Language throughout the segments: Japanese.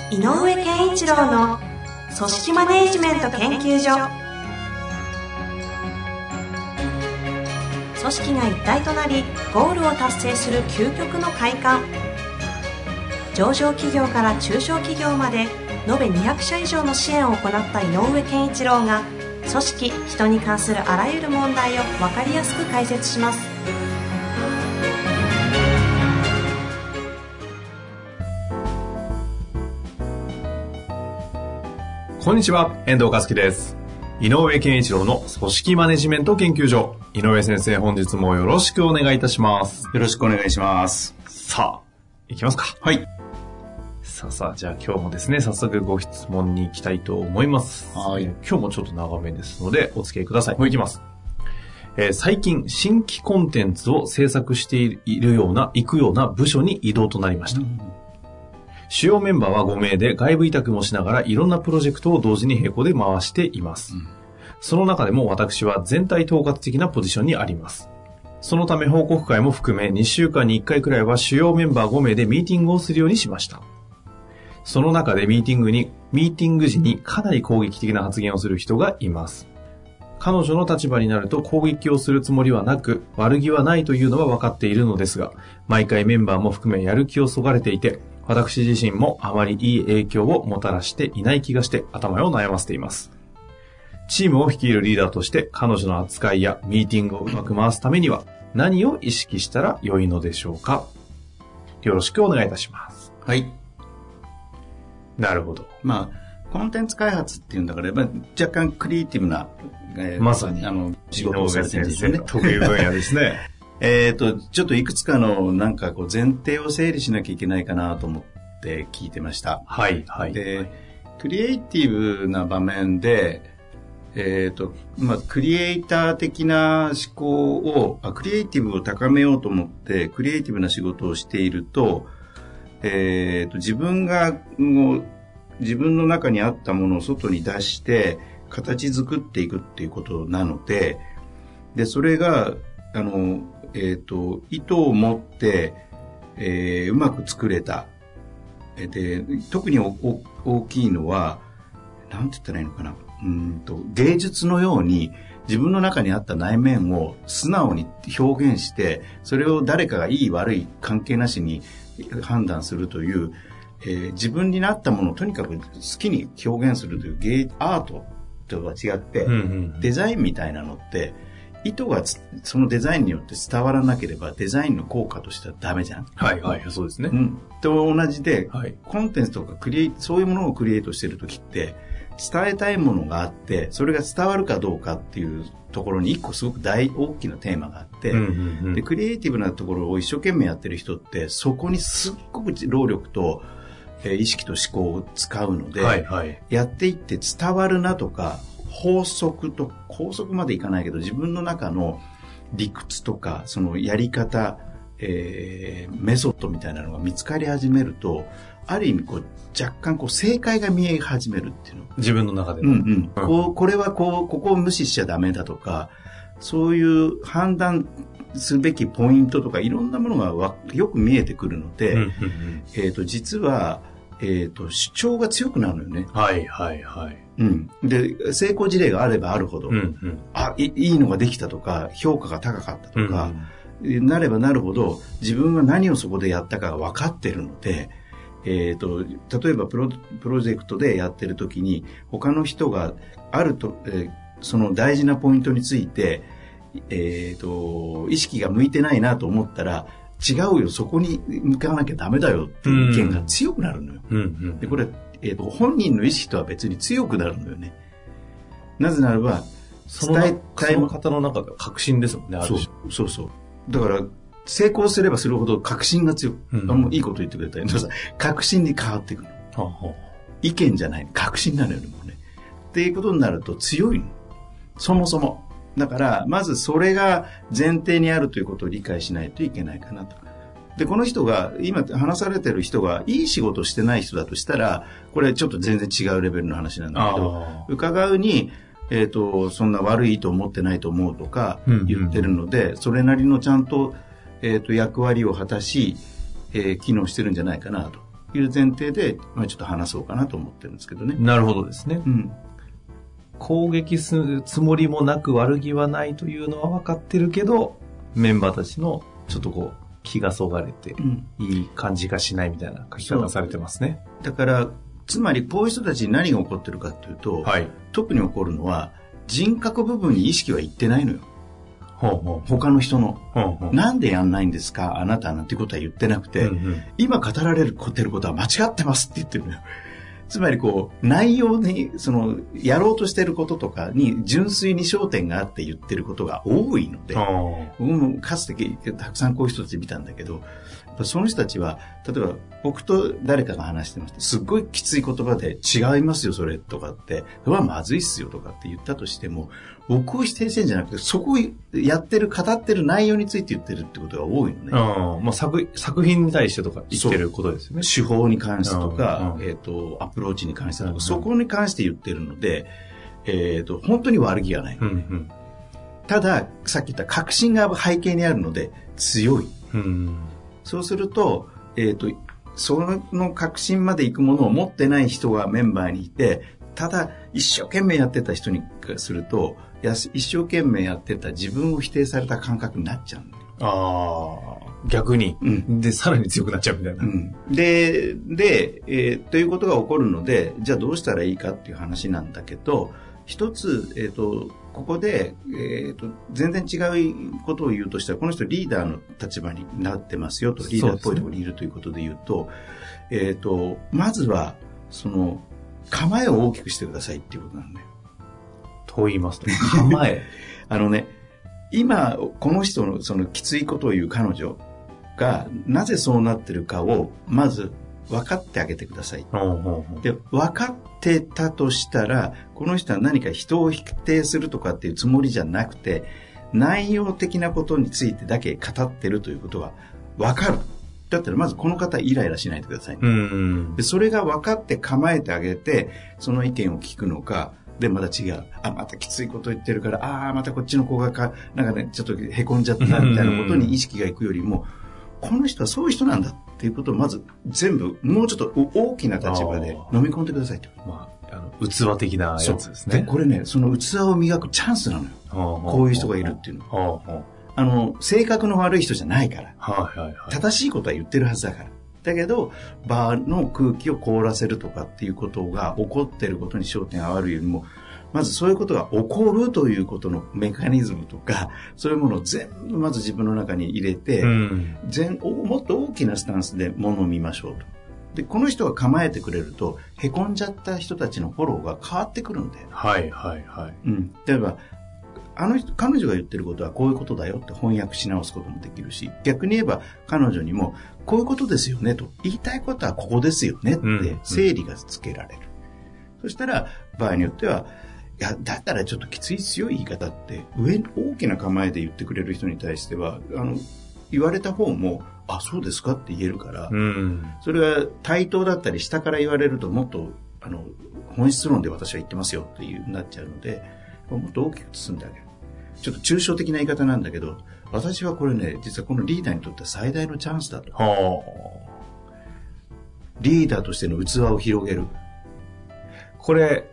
井上健一郎の組織マネジメント研究所。組織が一体となりゴールを達成する究極の快感。上場企業から中小企業まで延べ200社以上の支援を行った井上健一郎が、組織・人に関するあらゆる問題を分かりやすく解説します。 こんにちは、遠藤和樹です。井上健一郎の組織マネジメント研究所。井上先生、本日もよろしくお願いいたします。 よろしくお願いします。 さあ、いきますか。 はい。 さあ、じゃあ今日もですね、早速ご質問に行きたいと思います。 はい。 今日もちょっと長めですので、お付き合いください。はい、いきます。最近、新規コンテンツを制作していくような部署に異動となりました。主要メンバーは5名で外部委託もしながらいろんなプロジェクトを同時に並行で回しています。その中でも私は全体統括的なポジションにあります。そのため報告会も含め2週間に1回くらいは主要メンバー5名でミーティングをするようにしました。その中でミーティング時にかなり攻撃的な発言をする人がいます。彼女の立場になると攻撃をするつもりはなく、悪気はないというのは分かっているのですが、毎回メンバーも含めやる気をそがれていて、私自身もあまりいい影響をもたらしていない気がして頭を悩ませています。チームを率いるリーダーとして彼女の扱いやミーティングをうまく回すためには何を意識したら良いのでしょうか。よろしくお願いいたします。 はい。 なるほど。 コンテンツ開発っていうんだから、若干クリエイティブな、 まさに仕事をされてるんですよね。 得意分野ですね。 ちょっといくつかの前提を整理しなきゃいけないかなと思って聞いてました。 はい、はい。 で、クリエイティブな場面で、クリエイター的な思考を、クリエイティブを高めようと思って、クリエイティブな仕事をしていると、自分の中にあったものを外に出して、形作っていくっていうことなので、で、それが、意図を持って、うまく作れた。で、特に大きいのは、なんて言ったらいいのかな。芸術のように自分の中にあった内面を素直に表現して、それを誰かがいい悪い関係なしに判断するという、自分になったものをとにかく好きに表現するというアートとは違って、デザインみたいなのって、意図がそのデザインによって伝わらなければデザインの効果としてはダメじゃん。 はいはい、そうですね。 と同じで、 はい、 コンテンツとかそういうものをクリエイトしてるときって、伝えたいものがあって、それが伝わるかどうかっていうところに一個すごく大きなテーマがあって、で、クリエイティブなところを一生懸命やってる人って、そこにすっごく労力と、意識と思考を使うので、 はいはい、 やっていって伝わるなとか、法則までいかないけど、自分の中の理屈とか、そのやり方、メソッドみたいなのが見つかり始めると、ある意味若干正解が見え始めるっていうの。 自分の中で。 これはここを無視しちゃダメだとか、そういう判断すべきポイントとか、いろんなものがよく見えてくるので、実は、主張が強くなるのよね。 はいはいはい。 で、成功事例があればあるほど、いいのができたとか、評価が高かったとか、なればなるほど、自分は何をそこでやったかが分かってるので、例えばプロジェクトでやってる時に、他の人があると、その大事なポイントについて、意識が向いてないなと思ったら、違うよ、そこに向かわなきゃダメだよっていう意見が強くなるのよ。で、これ、本人の意識とは別に強くなるのよね。なぜならば、 伝えたいその方の中では確信ですもんね、ある種。 そう。だから、成功すればするほど確信が強く、もういいこと言ってくれたり、確信に変わっていくの。意見じゃない、確信なのよね、もうね。っていうことになると強いの。そもそも。だから、まずそれが前提にあるということを理解しないといけないかなと。で、この人が、今話されてる人がいい仕事してない人だとしたら、これちょっと全然違うレベルの話なんだけど、伺うに、そんな悪いと思ってないと思うとか言ってるので、それなりのちゃんと、役割を果たし、機能してるんじゃないかなという前提で、ちょっと話そうかなと思ってるんですけどね。 なるほどですね。攻撃するつもりもなく悪気はないというのは分かってるけど、メンバーたちのちょっとこう気がそがれて、いい感じがしないみたいな書き方されてますね。 だからつまりこういう人たちに何が起こってるかというと、特に起こるのは人格部分に意識はいってないのよ。他の人の、なんでやんないんですかあなたなんてことは言ってなくて、今語られるてることは間違ってますって言ってるのよ。つまりこう内容にやろうとしてることとかに純粋に焦点があって言ってることが多いので、僕もかつてたくさんこういう人たち見たんだけど、その人たちは例えば僕と誰かが話してまして、すっごいきつい言葉で違いますよそれとかって、それはまずいっすよとかって言ったとしても、僕を否定してるんじゃなくて、そこをやってる語ってる内容について言ってるってことが多いのね。 作品に対してとか言ってることですよね。 手法に関してとか、アプローチに関してとか、そこに関して言ってるので、本当に悪気がない、たださっき言った確信が背景にあるので強い、そうすると、その確信までいくものを持ってない人がメンバーにいて、ただ一生懸命やってた人にすると、一生懸命やってた自分を否定された感覚になっちゃうんだよ。 逆に、でさらに強くなっちゃうみたいな、 ということが起こるので、じゃあどうしたらいいかっていう話なんだけど、一つ、ここで、全然違うことを言うとしたら、この人リーダーの立場になってますよと、リーダーっぽいところにいるということで言うと、まずは構えを大きくしてくださいっていうことなんだよ。 と言いますと、構え今この人のそのきついことを言う彼女がなぜそうなってるかをまず分かってあげてください。で、分かってたとしたら、この人は何か人を否定するとかっていうつもりじゃなくて、内容的なことについてだけ語ってるということが分かる。だったらまずこの方イライラしないでください、でそれが分かって構えてあげて、その意見を聞くのか、でまた違う、またきついこと言ってるから、またこっちの子がなんかねちょっとへこんじゃったみたいなことに意識がいくよりも、この人はそういう人なんだっていうことをまず全部もうちょっと大きな立場で飲み込んでくださいと。 器的なやつですね。 でこれね、その器を磨くチャンスなのよ。こういう人がいるっていうのは。性格の悪い人じゃないから、正しいことは言ってるはずだから。だけど場の空気を凍らせるとかっていうことが起こってることに焦点が合わるよりも、まずそういうことが起こるということのメカニズムとか、そういうものを全部まず自分の中に入れて、もっと大きなスタンスでものを見ましょうと。でこの人が構えてくれると、へこんじゃった人たちのフォローが変わってくるんだよ。例えば彼女が言ってることはこういうことだよって翻訳し直すこともできるし、逆に言えば彼女にもこういうことですよねと、言いたいことはここですよねって整理がつけられる。そしたら場合によっては、いやだったらちょっときつい強い言い方って大きな構えで言ってくれる人に対しては言われた方もそうですかって言えるから、それが対等だったり下から言われると、もっと本質論で私は言ってますよっていうなっちゃうので、もっと大きく包んであげる。ちょっと抽象的な言い方なんだけど、私はこれね、実はこのリーダーにとっては最大のチャンスだと。リーダーとしての器を広げる。 これ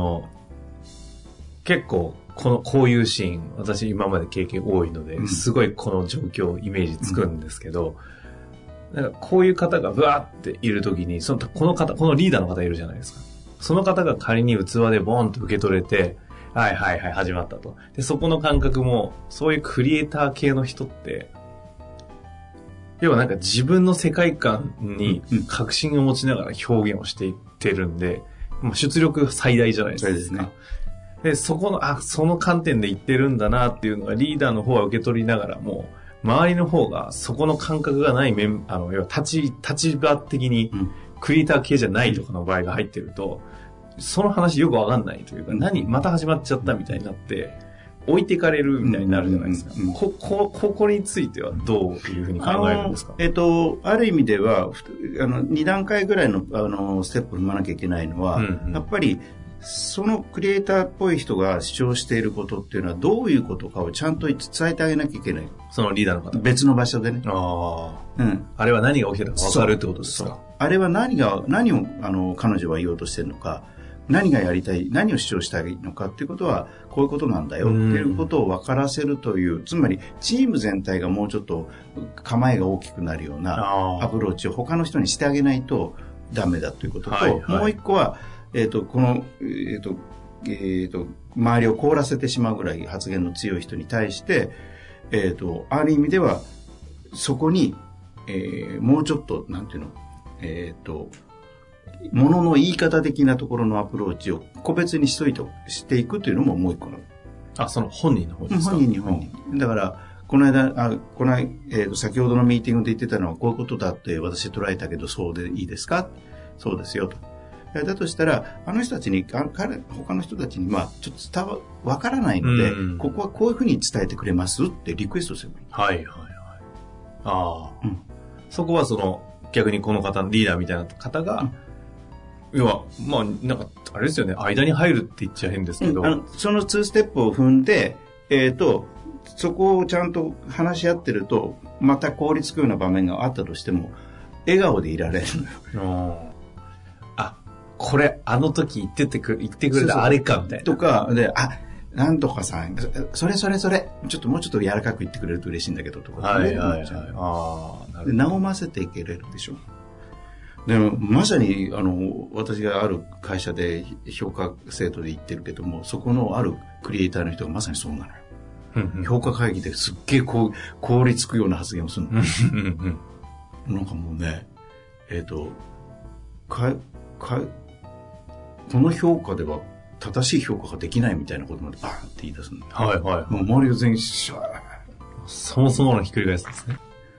結構こういうシーン、私今まで経験多いので、すごいこの状況イメージつくんですけど、なんかこういう方がブワーっているときに、このリーダーの方いるじゃないですか。その方が仮に器でボーンと受け取れて、始まったと。で、そこの感覚も、そういうクリエイター系の人って、要はなんか自分の世界観に確信を持ちながら表現をしていってるんで、出力最大じゃないですか。そうですね。で、その観点で言ってるんだなっていうのがリーダーの方は受け取りながらも、周りの方がそこの感覚がない要は立場的にクリエイター系じゃないとかの場合が入ってると、その話よくわかんないというか、また始まっちゃったみたいになって、置いていかれるみたいになるじゃないですか。ここについてはどういうふうに考えるんですか？ ある意味では、2段階ぐらいの、ステップを踏まなきゃいけないのは、やっぱり、そのクリエイターっぽい人が主張していることっていうのはどういうことかをちゃんと伝えてあげなきゃいけない。 そのリーダーの方。 別の場所でね。 あれは何が起きてたか分かるってことですか？ あれは何を彼女は言おうとしてるのか、何がやりたい、何を主張したいのかっていうことはこういうことなんだよっていうことを分からせるという、つまりチーム全体がもうちょっと構えが大きくなるようなアプローチを他の人にしてあげないとダメだということと、はいはい、もう一個は、この、周りを凍らせてしまうぐらい発言の強い人に対して、ある意味ではそこに、もうちょっとなんていうの、ものの言い方的なところのアプローチを個別にしていくというのももう一個の。 その本人の方ですか？ 本人。だから、この間、先ほどのミーティングで言ってたのはこういうことだって私捉えたけどそうでいいですか？そうですよと。だとしたら、あの人たちに、他の人たちに、ちょっとわからないので、ここはこういうふうに伝えてくれますってリクエストすればいい。 はいはいはい。そこは逆にこの方のリーダーみたいな方が、要は、なんか、あれですよね、間に入るって言っちゃ変ですけど。 その2ステップを踏んで、そこをちゃんと話し合ってると、また凍りつくような場面があったとしても、笑顔でいられるのよ。 これ、あの時言ってくれたあれか、みたいな。 とか、で、なんとかさん、それ、ちょっともうちょっと柔らかく言ってくれると嬉しいんだけど、とか。 はいはいはい。 で、和ませていけれるでしょ。でも、まさに、私がある会社で評価制度で言ってるけども、そこのあるクリエイターの人がまさにそうなのよ。評価会議ですっげえ凍りつくような発言をするの。なんかもうね、この評価では正しい評価ができないみたいなことまでバーンって言い出すの。 はいはい。 もう周りが全員シャー。 そもそものひっくり返すんですね。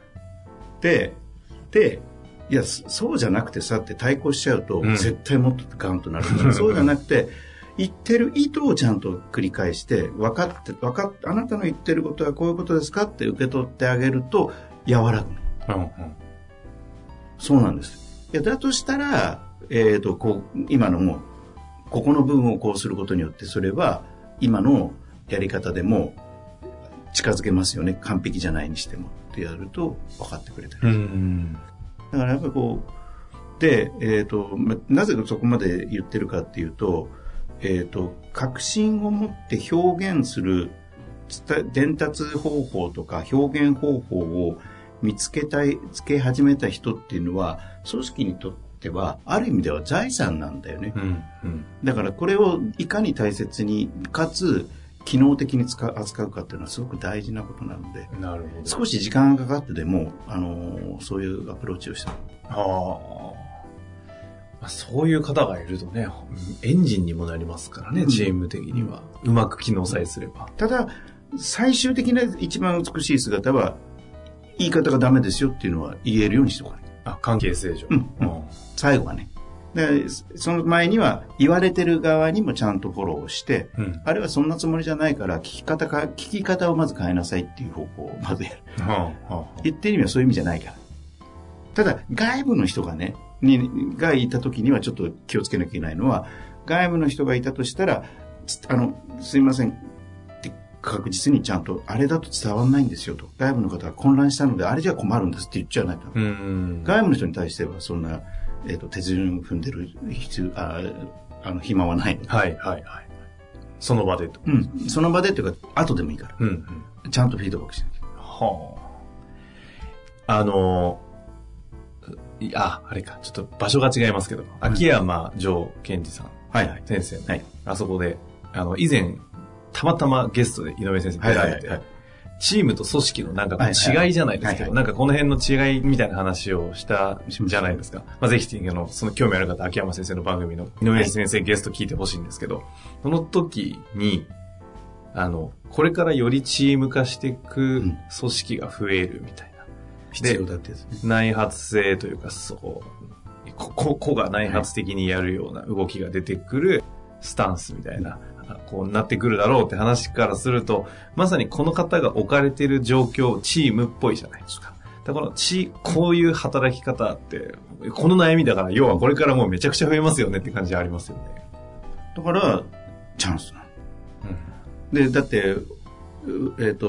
で、いや、そうじゃなくてさって対抗しちゃうと、絶対もっとガンとなるから、そうじゃなくて、言ってる意図をちゃんと繰り返して、あなたの言ってることはこういうことですかって受け取ってあげると、和らぐ。そうなんです。いや、だとしたら、今のも、ここの部分をこうすることによって、それは、今のやり方でも、近づけますよね。完璧じゃないにしても。ってやると、分かってくれたり。だからやっぱりで、なぜそこまで言ってるかっていうと、確信を持って表現する伝達方法とか表現方法を見つけ始めた人っていうのは、組織にとっては、ある意味では財産なんだよね。だからこれをいかに大切に、かつ、機能的に扱うかっていうのはすごく大事なことなので、 なるほど。 少し時間がかかってでも、そういうアプローチをした。 そういう方がいるとね、エンジンにもなりますからね、チーム的には。うまく機能さえすれば。 ただ、最終的な一番美しい姿は、言い方がダメですよっていうのは言えるようにしておかない。 関係性上。 最後はね。でその前には言われてる側にもちゃんとフォローをして、あれはそんなつもりじゃないから聞き方をまず変えなさいっていう方向をまずやる。言ってる意味はそういう意味じゃないから。ただ外部の人がねがいた時にはちょっと気をつけなきゃいけないのは、外部の人がいたとしたらすいませんって確実にちゃんとあれだと伝わらないんですよと、外部の方が混乱したのであれじゃ困るんですって言っちゃわないと。外部の人に対してはそんな手順踏んでる暇はないので。 はいはいはい。その場でと。 その場でというか、後でもいいから。ちゃんとフィードバックしなきゃ。 あれか、ちょっと場所が違いますけど、秋山城賢治さん。先生の。あそこで、以前、たまたまゲストで井上先生出られて、チームと組織のなんか違いじゃないですけど、なんかこの辺の違いみたいな話をしたじゃないですか。ぜひ、その興味ある方、秋山先生の番組の井上先生ゲスト聞いてほしいんですけど、その時に、これからよりチーム化していく組織が増えるみたいな。 必要だってやつね。 内発性というか、個が内発的にやるような動きが出てくるスタンスみたいな。こうなってくるだろうって話からすると、まさにこの方が置かれている状況、チームっぽいじゃないですか。だからこういう働き方って、この悩みだから、要はこれからもうめちゃくちゃ増えますよねって感じありますよね。 だから、チャンスなの。で、だって、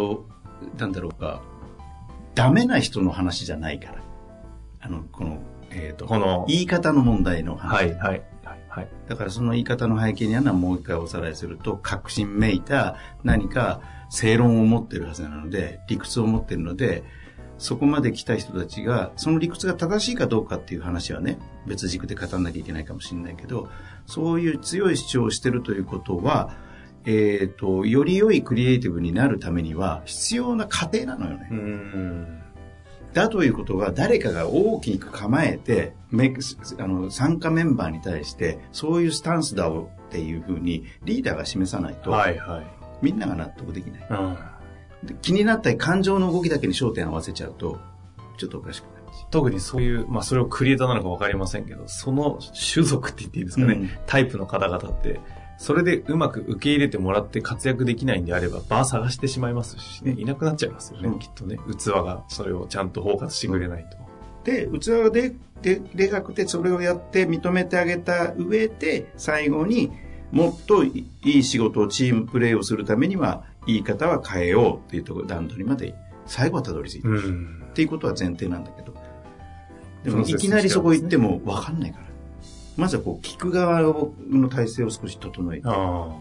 なんだろうか、ダメな人の話じゃないから。この、 この言い方の問題の話。 はいはいはい。 だからその言い方の背景にあるのはもう一回おさらいすると、確信めいた何か正論を持ってるはずなので、理屈を持ってるので、そこまで来た人たちが、その理屈が正しいかどうかっていう話はね、別軸で語らなきゃいけないかもしれないけど、そういう強い主張をしてるということは、より良いクリエイティブになるためには必要な過程なのよね。だということは誰かが大きく構えて参加メンバーに対してそういうスタンスだっていうふうにリーダーが示さないと、はいはい、みんなが納得できない、で気になったり感情の動きだけに焦点を合わせちゃうとちょっとおかしくなる。 特にそういう、それをクリエイターなのか分かりませんけど、その種族って言っていいですかね、タイプの方々ってそれでうまく受け入れてもらって活躍できないんであれば場探してしまいますしね、いなくなっちゃいますよね、きっとね。器がそれをちゃんと包括してくれないと。 で、器でかくてそれをやって認めてあげた上で、最後にもっといい仕事をチームプレーをするためには言い方は変えようっていうところ段取りまで最後はたどり着いてるっていうことは前提なんだけど、でもいきなりそこ行っても分かんないから、まずは聞く側の体制を少し整えて。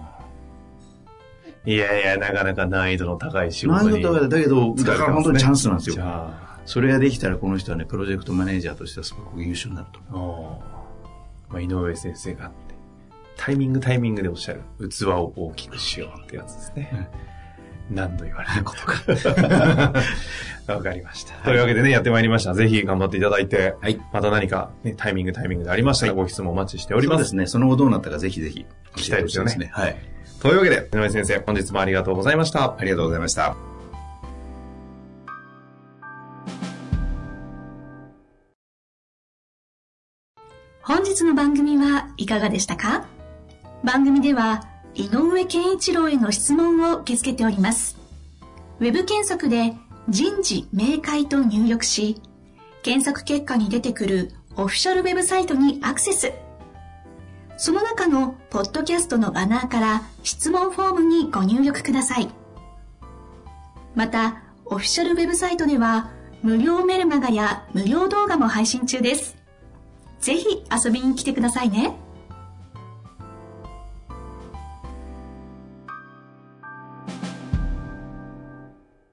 いやいや、なかなか難易度の高い仕事に。 難易度高いだけど、だから本当にチャンスなんですよ。それができたらこの人はね、プロジェクトマネージャーとしてはすごく優秀になると思う。井上先生があって、タイミングでおっしゃる、器を大きくしようってやつですね。何度言われたことか。わかりました。というわけでね、やってまいりました。ぜひ頑張っていただいて、また何か、ね、タイミングでありましたらご質問お待ちしております。 そうですね。その後どうなったかぜひぜひ聞きたいですよね。はい。というわけで、井上先生、本日もありがとうございました。 ありがとうございました。 本日の番組はいかがでしたか？番組では、井上健一郎への質問を受け付けております。ウェブ検索で人事明快と入力し、検索結果に出てくるオフィシャルウェブサイトにアクセス。その中のポッドキャストのバナーから質問フォームにご入力ください。また、オフィシャルウェブサイトでは無料メルマガや無料動画も配信中です。ぜひ遊びに来てくださいね。